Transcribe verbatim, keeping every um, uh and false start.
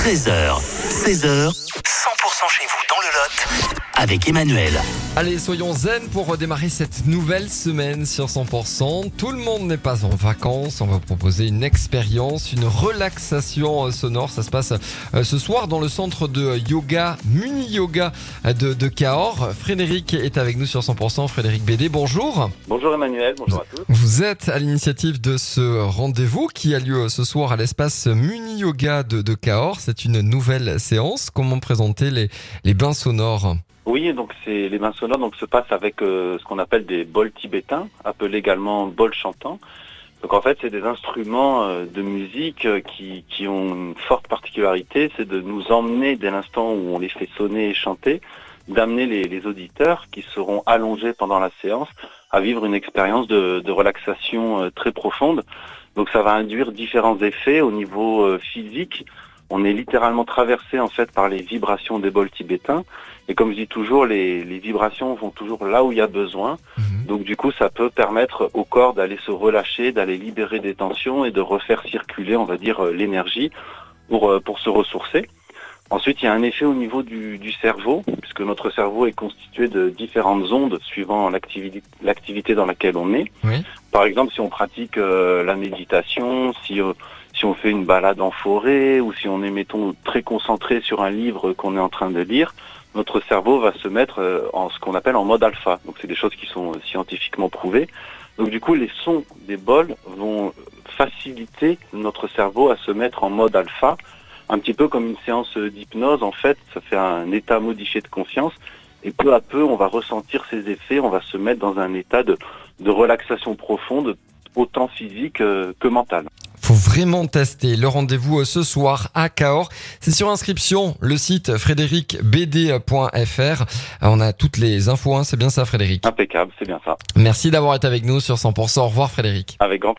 treize heures, seize heures, cent pour cent chez vous dans le Lot avec Emmanuel. Allez, soyons zen pour redémarrer cette nouvelle semaine sur cent pour cent. Tout le monde n'est pas en vacances. On va vous proposer une expérience, une relaxation sonore. Ça se passe ce soir dans le centre de yoga, Muni Yoga de, de Cahors. Frédéric est avec nous sur cent pour cent. Frédéric Bédé, bonjour. Bonjour Emmanuel, bonjour à tous. Vous êtes à l'initiative de ce rendez-vous qui a lieu ce soir à l'espace Muni Yoga de, de Cahors. C'est une nouvelle séance. Comment présenter les, les bains sonores ? Oui, donc c'est les bains sonores donc se passent avec euh, ce qu'on appelle des bols tibétains, appelés également bols chantants. Donc en fait, c'est des instruments euh, de musique euh, qui, qui ont une forte particularité, c'est de nous emmener dès l'instant où on les fait sonner et chanter, d'amener les, les auditeurs qui seront allongés pendant la séance à vivre une expérience de, de relaxation euh, très profonde. Donc ça va induire différents effets au niveau euh, physique. On est littéralement traversé en fait par les vibrations des bols tibétains. Et comme je dis toujours, les, les vibrations vont toujours là où il y a besoin. Mmh. Donc du coup, ça peut permettre au corps d'aller se relâcher, d'aller libérer des tensions et de refaire circuler, on va dire, l'énergie pour, pour se ressourcer. Ensuite, il y a un effet au niveau du, du cerveau, puisque notre cerveau est constitué de différentes ondes suivant l'activité, l'activité dans laquelle on est. Oui. Par exemple, si on pratique euh, la méditation, si, euh, si on fait une balade en forêt, ou si on est, mettons, très concentré sur un livre qu'on est en train de lire, notre cerveau va se mettre euh, en ce qu'on appelle en mode alpha. Donc, c'est des choses qui sont euh, scientifiquement prouvées. Donc, du coup, les sons des bols vont faciliter notre cerveau à se mettre en mode alpha, un petit peu comme une séance d'hypnose. En fait, ça fait un état modifié de conscience et peu à peu, on va ressentir ces effets, on va se mettre dans un état de, de relaxation profonde, autant physique euh, que mentale. Faut vraiment tester. Le rendez-vous ce soir à Cahors. C'est sur inscription, le site frédéric b d point f r. On a toutes les infos, hein. C'est bien ça, Frédéric? Impeccable, c'est bien ça. Merci d'avoir été avec nous sur cent pour cent. Au revoir, Frédéric. Avec grand